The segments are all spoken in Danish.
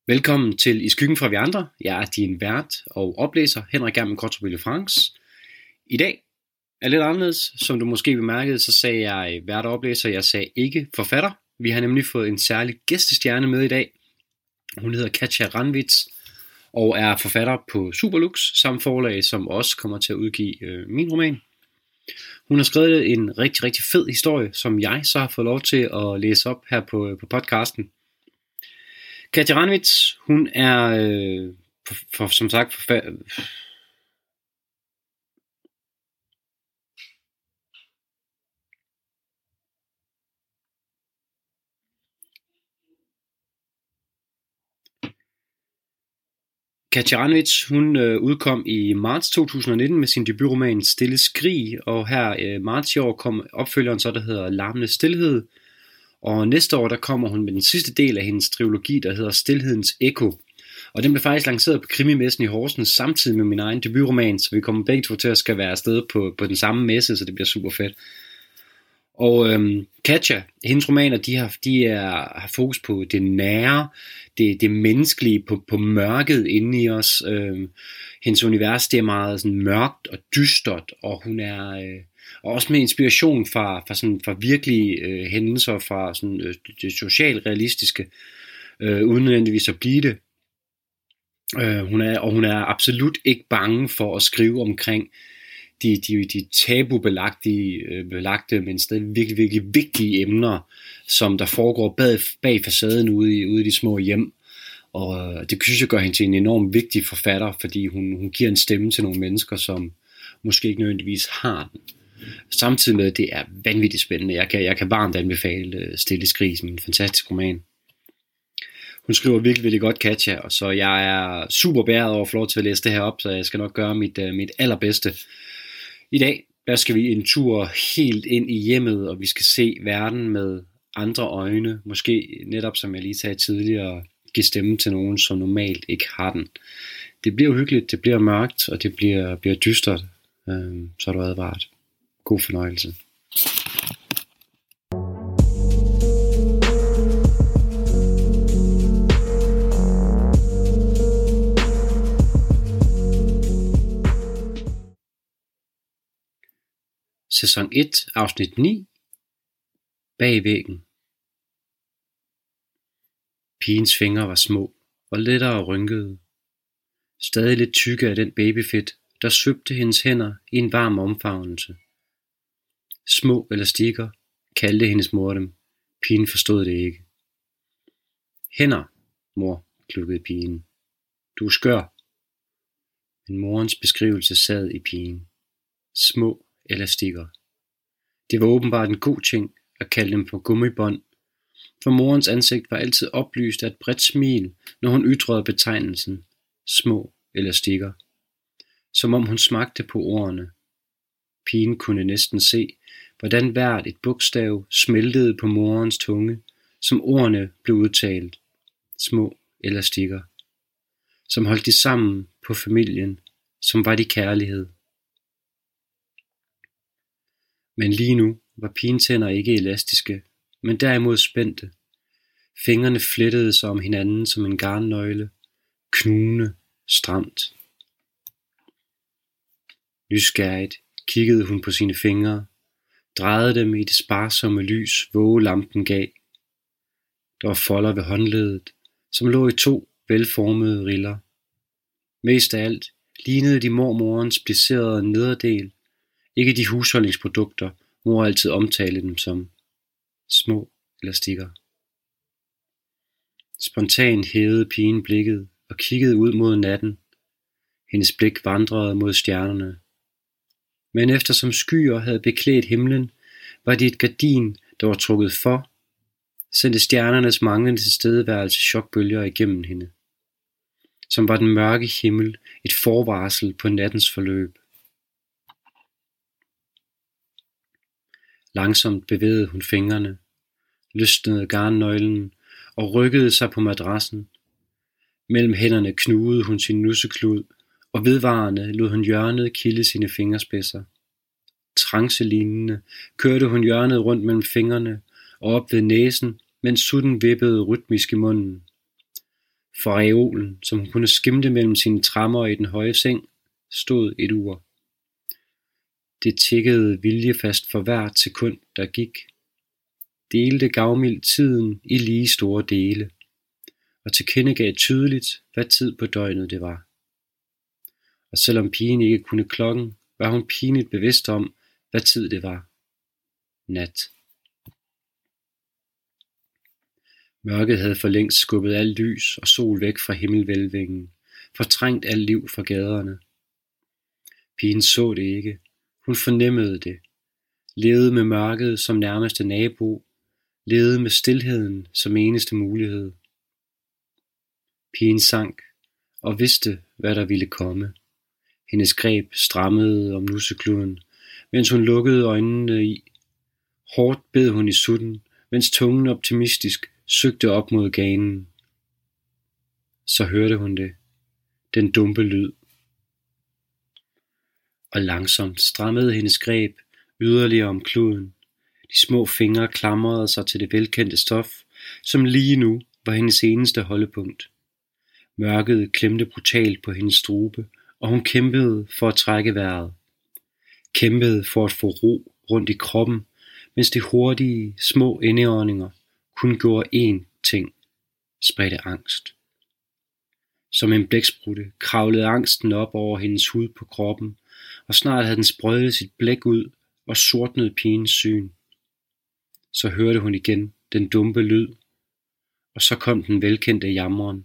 Velkommen til I skyggen fra vi andre. Jeg er din vært og oplæser, Henrik Germen Kottrup France. I dag er lidt anderledes. Som du måske bemærkede, så sagde jeg vært og oplæser. Jeg sagde ikke forfatter. Vi har nemlig fået en særlig gæstestjerne med i dag. Hun hedder Katja Randwitz og er forfatter på Superlux, samt forlag, som også kommer til at udgive min roman. Hun har skrevet en rigtig, rigtig fed historie, som jeg så har fået lov til at læse op her på podcasten. Katja Randwitz, hun er som sagt Katja Randwitz, hun udkom i marts 2019 med sin debutroman Stille Skrig, og her marts i år kom opfølgeren så, der hedder Larmende Stilhed. Og næste år, der kommer hun med den sidste del af hendes trilogi, der hedder Stilhedens Ekko. Og den blev faktisk lanceret på Krimimessen i Horsens samtidig med min egen debutroman, så vi kommer begge to til at skal være afsted på den samme messe, så det bliver super fedt. Og Katja, hendes romaner, de har fokus på det nære, det menneskelige, på mørket inde i os. Hendes univers, det er meget sådan mørkt og dystert, og hun er og også med inspiration fra virkelige hændelser, fra sådan det socialrealistiske, uden nødvendigvis at blive det. Hun er absolut ikke bange for at skrive omkring de tabubelagte, men stadig virkelig, virkelig vigtige emner, som der foregår bag facaden ude i de små hjem. Og det synes jeg gør hende til en enormt vigtig forfatter, fordi hun giver en stemme til nogle mennesker, som måske ikke nødvendigvis har den. Samtidig med, at det er vanvittigt spændende. Jeg kan varmt anbefale Stille Skrig som en fantastisk roman. Hun skriver virkelig, virkelig godt, Katja, og så jeg er super bæret over at få lov til at læse det her op, så jeg skal nok gøre mit allerbedste. I dag, der skal vi en tur helt ind i hjemmet, og vi skal se verden med andre øjne. Måske netop, som jeg lige sagde tidligere, give stemme til nogen, som normalt ikke har den. Det bliver uhyggeligt, det bliver mørkt, og det bliver dystert. Så er du advaret. God fornøjelse. Sæson 1, afsnit 9. Bag væggen. Pigens fingre var små og lettere rynkede. Stadig lidt tykke af den babyfedt, der svøbte hendes hænder i en varm omfavnelse. Små elastikker, kaldte hendes mor dem. Pigen forstod det ikke. Hænder, mor, klukkede pigen. Du er skør. Men morens beskrivelse sad i pigen. Små elastikker. Det var åbenbart en god ting at kalde dem for gummibånd, for morens ansigt var altid oplyst af et bredt smil, når hun ytrede betegnelsen små elastikker. Som om hun smagte på ordene. Pigen kunne næsten se, hvordan hvert et bogstav smeltede på morens tunge, som ordene blev udtalt. Små elastikker. Som holdt de sammen på familien, som var de kærlighed. Men lige nu var pigens hænder ikke elastiske, men derimod spændte. Fingrene flettede sig om hinanden som en garnnøgle, knugende, stramt. Nysgerrigt kiggede hun på sine fingre, drejede dem i det sparsomme lys, vågelampen gav. Der var folder ved håndleddet, som lå i 2 velformede riller. Mest af alt lignede de mormorens plisserede nederdel, ikke de husholdningsprodukter, mor altid omtalte dem som. Små elastikker. Spontant hævede pigen blikket og kiggede ud mod natten. Hendes blik vandrede mod stjernerne. Men eftersom skyer havde beklædt himlen, var det et gardin, der var trukket for, sendte stjernernes manglende tilstedeværelse chokbølger igennem hende. Som var den mørke himmel et forvarsel på nattens forløb. Langsomt bevægede hun fingrene, løsnede garnnøglen og rykkede sig på madrassen. Mellem hænderne knugede hun sin nusseklud, og vedvarende lod hun hjørnet kilde sine fingerspidser. Trancelignende kørte hun hjørnet rundt mellem fingrene og op ved næsen, mens sutten vippede rytmisk i munden. For reolen, som hun kunne skimte mellem sine tremmer i den høje seng, stod et ur. Det tikkede viljefast for hvert sekund, der gik. Delte gavmildt tiden i lige store dele, og tilkendegav tydeligt, hvad tid på døgnet det var. Og selvom pigen ikke kunne klokken, var hun pinligt bevidst om, hvad tid det var. Nat. Mørket havde for længst skubbet alt lys og sol væk fra himmelvælvingen, fortrængt alt liv fra gaderne. Pigen så det ikke. Hun fornemmede det. Levede med mørket som nærmeste nabo. Levede med stilheden som eneste mulighed. Pigen sank og vidste, hvad der ville komme. Hendes greb strammede om nussekluden, mens hun lukkede øjnene i. Hårdt bed hun i sutten, mens tungen optimistisk søgte op mod ganen. Så hørte hun det. Den dumpe lyd. Og langsomt strammede hendes greb yderligere om kluden. De små fingre klamrede sig til det velkendte stof, som lige nu var hendes eneste holdepunkt. Mørket klemte brutalt på hendes strube, og hun kæmpede for at trække vejret. Kæmpede for at få ro rundt i kroppen, mens de hurtige, små indåndinger kun gjorde én ting: spredte angst. Som en blæksprutte kravlede angsten op over hendes hud på kroppen, og snart havde den sprøjtet sit blæk ud og sortnede pigens syn. Så hørte hun igen den dumpe lyd, og så kom den velkendte jamren.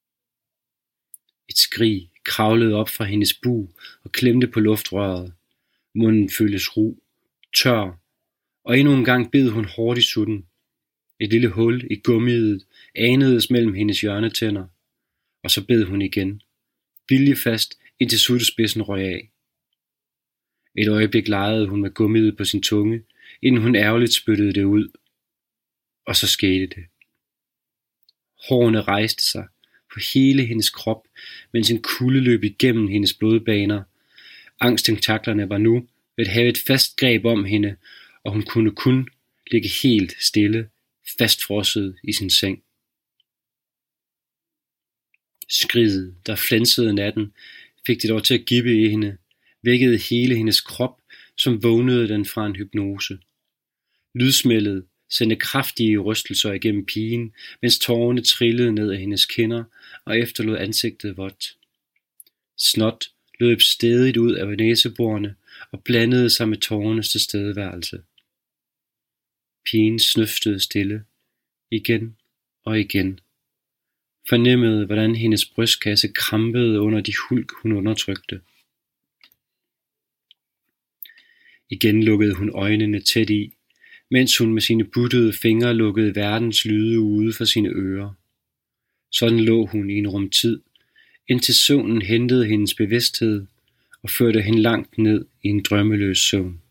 Et skrig kravlede op fra hendes bug og klemte på luftrøret. Munden føltes ru, tør, og endnu en gang bed hun hårdt i sutten. Et lille hul i gummiet anedes mellem hendes hjørnetænder, og så bed hun igen, viljefast indtil suttespidsen røg af. Et øjeblik legede hun med gummiet på sin tunge, inden hun ærgerligt spyttede det ud. Og så skete det. Hårene rejste sig på hele hendes krop, mens en kulde løb igennem hendes blodbaner. Angsttentaklerne var nu ved at have et fast greb om hende, og hun kunne kun ligge helt stille, fastfrosset i sin seng. Skridet, der flænsede natten, fik det dog til at gibbe i hende, vækkede hele hendes krop, som vågnede den fra en hypnose. Lydsmældet sendte kraftige rystelser igennem pigen, mens tårerne trillede ned af hendes kinder og efterlod ansigtet vådt. Snot løb stædigt ud af næseborene og blandede sig med tårernes tilstedeværelse. Pigen snøftede stille, igen og igen. Fornemmede, hvordan hendes brystkasse krampede under de hulk, hun undertrykte. Igen lukkede hun øjnene tæt i, mens hun med sine buttede fingre lukkede verdens lyde ude for sine ører. Sådan lå hun i en rumtid, indtil søvnen hentede hendes bevidsthed og førte hende langt ned i en drømmeløs søvn.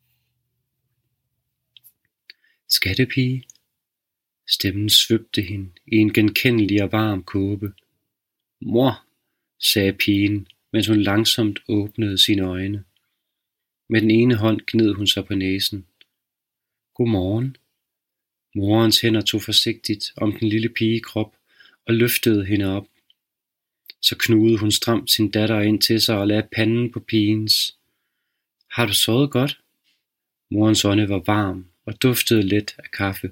Skattepige? Stemmen svøbte hende i en genkendelig og varm kåbe. Mor, sagde pigen, mens hun langsomt åbnede sine øjne. Med den ene hånd gned hun sig på næsen. Godmorgen. Morens hænder tog forsigtigt om den lille pigekrop og løftede hende op. Så knugede hun stramt sin datter ind til sig og lagde panden på pigens. Har du sovet godt? Morens ånde var varm og duftede let af kaffe.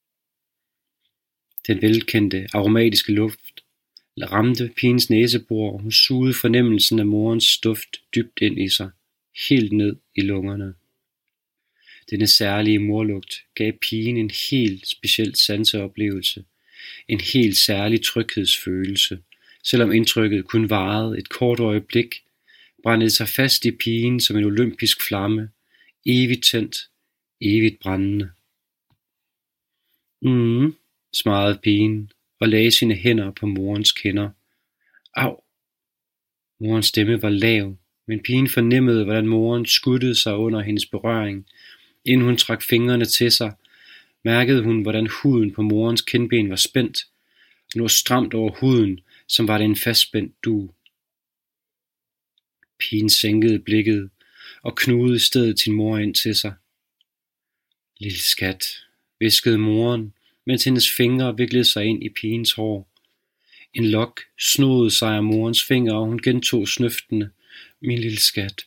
Den velkendte aromatiske luft ramte pigens næsebor, og hun sugede fornemmelsen af morens duft dybt ind i sig, helt ned i lungerne. Denne særlige morlugt gav pigen en helt speciel sanseoplevelse, en helt særlig tryghedsfølelse. Selvom indtrykket kun varede et kort øjeblik, brændte sig fast i pigen som en olympisk flamme, evigt tændt, evigt brændende. Svarede pigen og lagde sine hænder på morens kinder. Au! Morens stemme var lav, men pigen fornemmede, hvordan moren skuttede sig under hendes berøring. Inden hun trak fingrene til sig, mærkede hun, hvordan huden på morens kindben var spændt, og lå stramt over huden, som var det en fastspændt dug. Pigen sænkede blikket og knugede i stedet sin mor ind til sig. Lille skat, hviskede moren, mens hendes fingre viklede sig ind i pigens hår. En lok snodede sig af morens finger, og hun gentog snøftende: min lille skat.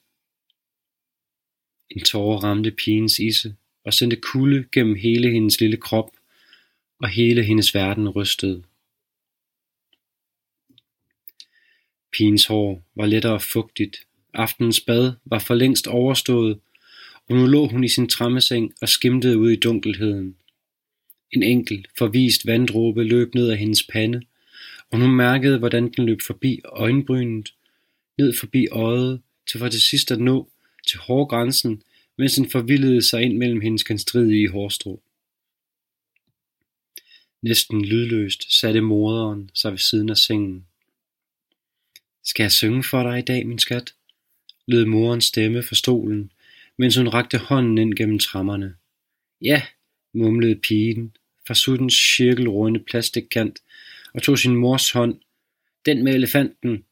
En tåre ramte pigens isse og sendte kulde gennem hele hendes lille krop, og hele hendes verden rystede. Pigens hår var lettere og fugtigt. Aftenens bad var for længst overstået, og nu lå hun i sin trammeseng og skimtede ud i dunkelheden. En enkelt, forvist vanddråbe løb ned ad hendes pande, og hun mærkede, hvordan den løb forbi øjenbrynet, ned forbi øjet, til for til sidst at nå til hårgrænsen, mens den forvildede sig ind mellem hendes genstridige hårstrå. Næsten lydløst satte moderen sig ved siden af sengen. Skal jeg synge for dig i dag, min skat? Lød morens stemme fra stolen, mens hun rakte hånden ind gennem trammerne. Ja, mumlede pigen fra suttens cirkelrunde plastikkant og tog sin mors hånd. Den med elefanten.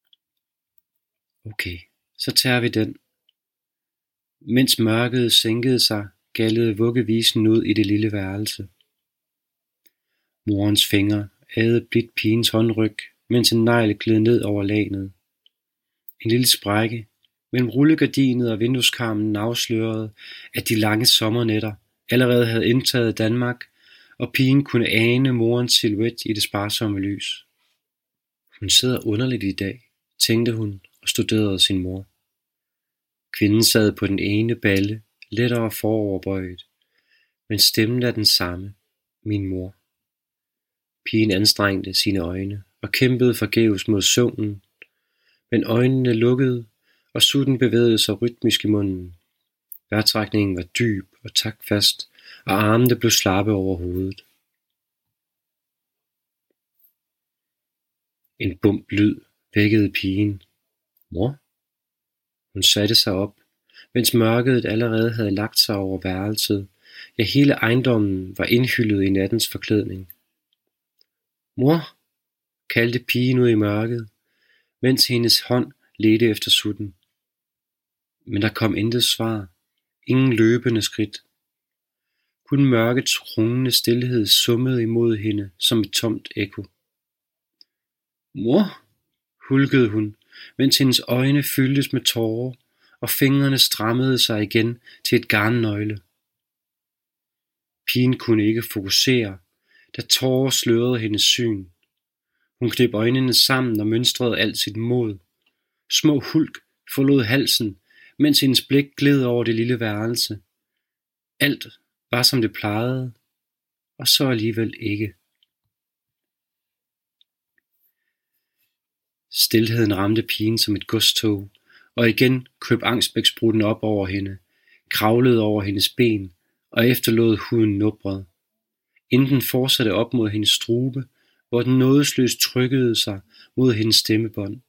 Okay, så tager vi den. Mens mørket sænkede sig, gallede vuggevisen ud i det lille værelse. Morens fingre adede blidt pigens håndryg, mens en negl gled ned over lagenet. En lille sprække mellem rullegardinet og vindueskarmen afslørede, at de lange sommernætter allerede havde indtaget Danmark, og pigen kunne ane morens silhuet i det sparsomme lys. Hun sidder underligt i dag, tænkte hun og studerede sin mor. Kvinden sad på den ene balle, lettere foroverbøjet, men stemmen er den samme, min mor. Pigen anstrengte sine øjne og kæmpede forgæves mod søvnen, men øjnene lukkede, og sutten bevægede sig rytmisk i munden. Vejrtrækningen var dyb og taktfast, og armene blev slappe over hovedet. En bump lyd vækkede pigen. Mor? Hun satte sig op, mens mørket allerede havde lagt sig over værelset. Ja, hele ejendommen var indhyllet i nattens forklædning. Mor? Kaldte pigen ud i mørket, mens hendes hånd ledte efter sutten. Men der kom intet svar, ingen løbende skridt. Kun mørkets rungende stilhed summede imod hende som et tomt ekko. Mor, hulkede hun, mens hendes øjne fyldtes med tårer, og fingrene strammede sig igen til et garnnøgle. Pigen kunne ikke fokusere, da tårer slørede hendes syn. Hun kneb øjnene sammen og mønstrede alt sit mod. Små hulk forlod halsen, mens hendes blik gled over det lille værelse. Alt var som det plejede, og så alligevel ikke. Stilheden ramte pigen som et godstog, og igen køb angstbækspruten op over hende, kravlede over hendes ben og efterlod huden nubret. Inden den fortsatte op mod hendes strube, hvor den nådesløst trykkede sig mod hendes stemmebånd.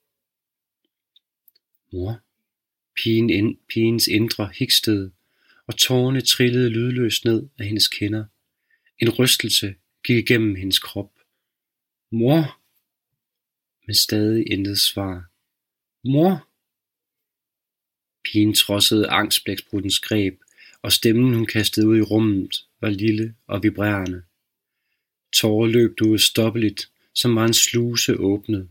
Mor, pigens indre hikstede, og tårerne trillede lydløst ned af hendes kinder. En rystelse gik igennem hendes krop. Mor! Men stadig intet svar. Mor! Pigen trodsede angstblækspruttens greb, og stemmen hun kastede ud i rummet var lille og vibrerende. Tårer løb nu ustoppeligt, som var en sluse åbnet.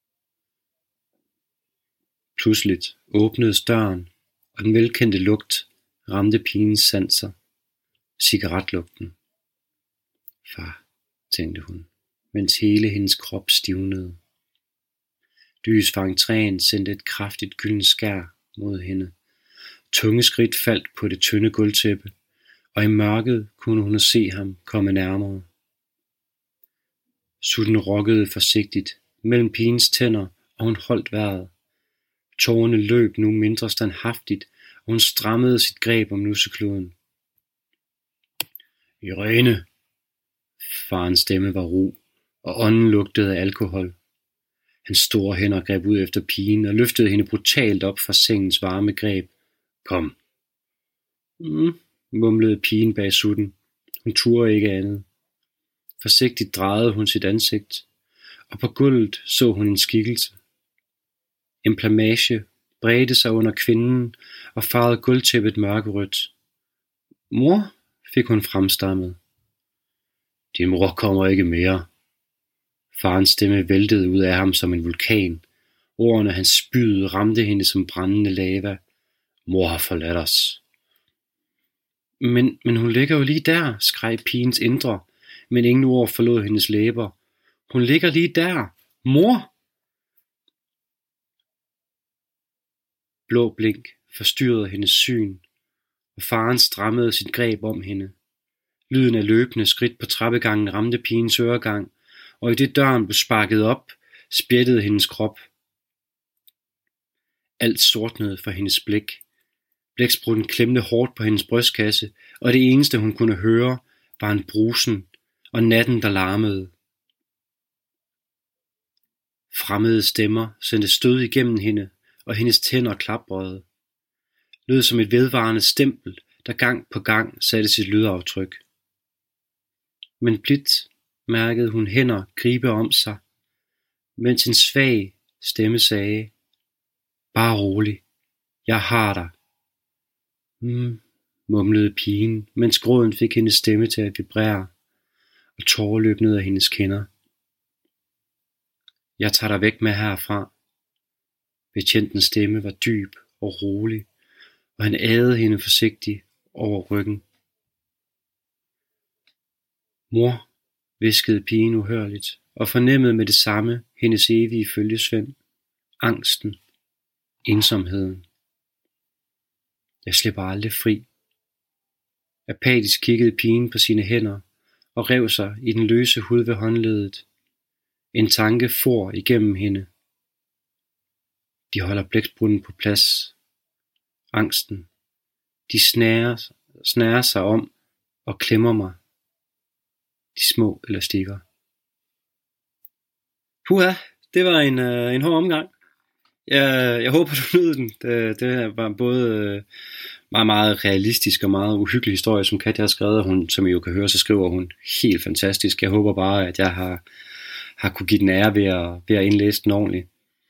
Pludseligt åbnedes døren, og den velkendte lugt ramte pigens sanser. Cigaretlugten. Far, tænkte hun, mens hele hendes krop stivnede. Lys fra entréen sendte et kraftigt gyldent skær mod hende. Tunge skridt faldt på det tynde gulvtæppe, og i mørket kunne hun se ham komme nærmere. Sutten rokkede forsigtigt mellem pigens tænder, og hun holdt vejret. Tårerne løb nu mindre standhaftigt, og hun strammede sit greb om nussekloden. Irene! Farens stemme var ru, og ånden lugtede af alkohol. Hans store hænder greb ud efter pigen og løftede hende brutalt op fra sengens varme greb. Kom. Mumlede pigen bag sutten. Hun turde ikke andet. Forsigtigt drejede hun sit ansigt, og på gulvet så hun en skikkelse. En plamage bredte sig under kvinden og farvede gulvtæppet mørkerødt. Mor, fik hun fremstammet. Din mor kommer ikke mere. Farens stemme væltede ud af ham som en vulkan. Ordene han spydede ramte hende som brændende lava. Mor har forladt os. Men hun ligger jo lige der, skreg pigens indre, men ingen ord forlod hendes læber. Hun ligger lige der. Mor! Blå blink forstyrrede hendes syn, og faren strammede sit greb om hende. Lyden af løbende skridt på trappegangen ramte pigens øregang, og i det døren blev sparket op, spjættede hendes krop. Alt sortnede for hendes blik. Blæksprutten klemte hårdt på hendes brystkasse, og det eneste hun kunne høre var en brusen og natten, der larmede. Fremmede stemmer sendte stød igennem hende, og hendes tænder klaprede. Lød som et vedvarende stempel, der gang på gang satte sit lydaftryk. Men blidt mærkede hun hænder gribe om sig, mens en svag stemme sagde, bare rolig, jeg har dig. Mumlede pigen, mens gråden fik hendes stemme til at vibrere, og tårer løb ned af hendes kinder. Jeg tager dig væk med herfra. Betjentens stemme var dyb og rolig, og han adede hende forsigtigt over ryggen. Mor, hviskede pigen uhørligt, og fornemmede med det samme hendes evige følgesvend, angsten, ensomheden. Jeg slipper aldrig fri. Apatisk kiggede pigen på sine hænder og rev sig i den løse hud ved håndledet. En tanke for igennem hende. De holder blæksprutten på plads. Angsten. De snærer sig om og klemmer mig. De små elastikker. Puha, det var en hård omgang. Jeg håber du nød den. Det var både meget, meget realistisk og meget uhyggelig historie, som Katja har skrevet. Hun, som I jo kan høre, så skriver hun helt fantastisk. Jeg håber bare, at jeg har kunne give den ære ved at indlæse den ordentligt.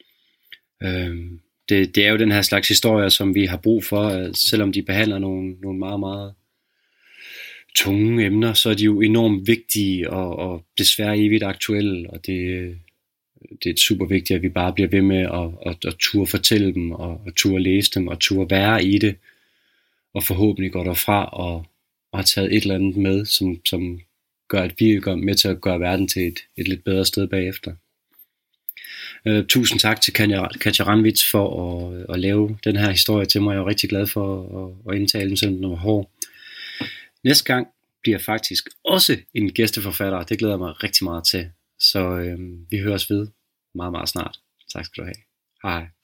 Det er jo den her slags historier, som vi har brug for, selvom de behandler nogle meget, meget tunge emner, så er de jo enormt vigtige og desværre evigt aktuelle, og det er super vigtigt, at vi bare bliver ved med at turde fortælle dem, og turde læse dem, og turde være i det, og forhåbentlig går derfra og har taget et eller andet med, som gør, at vi er med til at gøre verden til et lidt bedre sted bagefter. Tusind tak til Katja Ranwitz for at lave den her historie til mig. Jeg er rigtig glad for at indtale den, selvom den var hård. Næste gang bliver faktisk også en gæsteforfatter. Det glæder jeg mig rigtig meget til. Så vi høres ved meget, meget snart. Tak skal du have. Hej.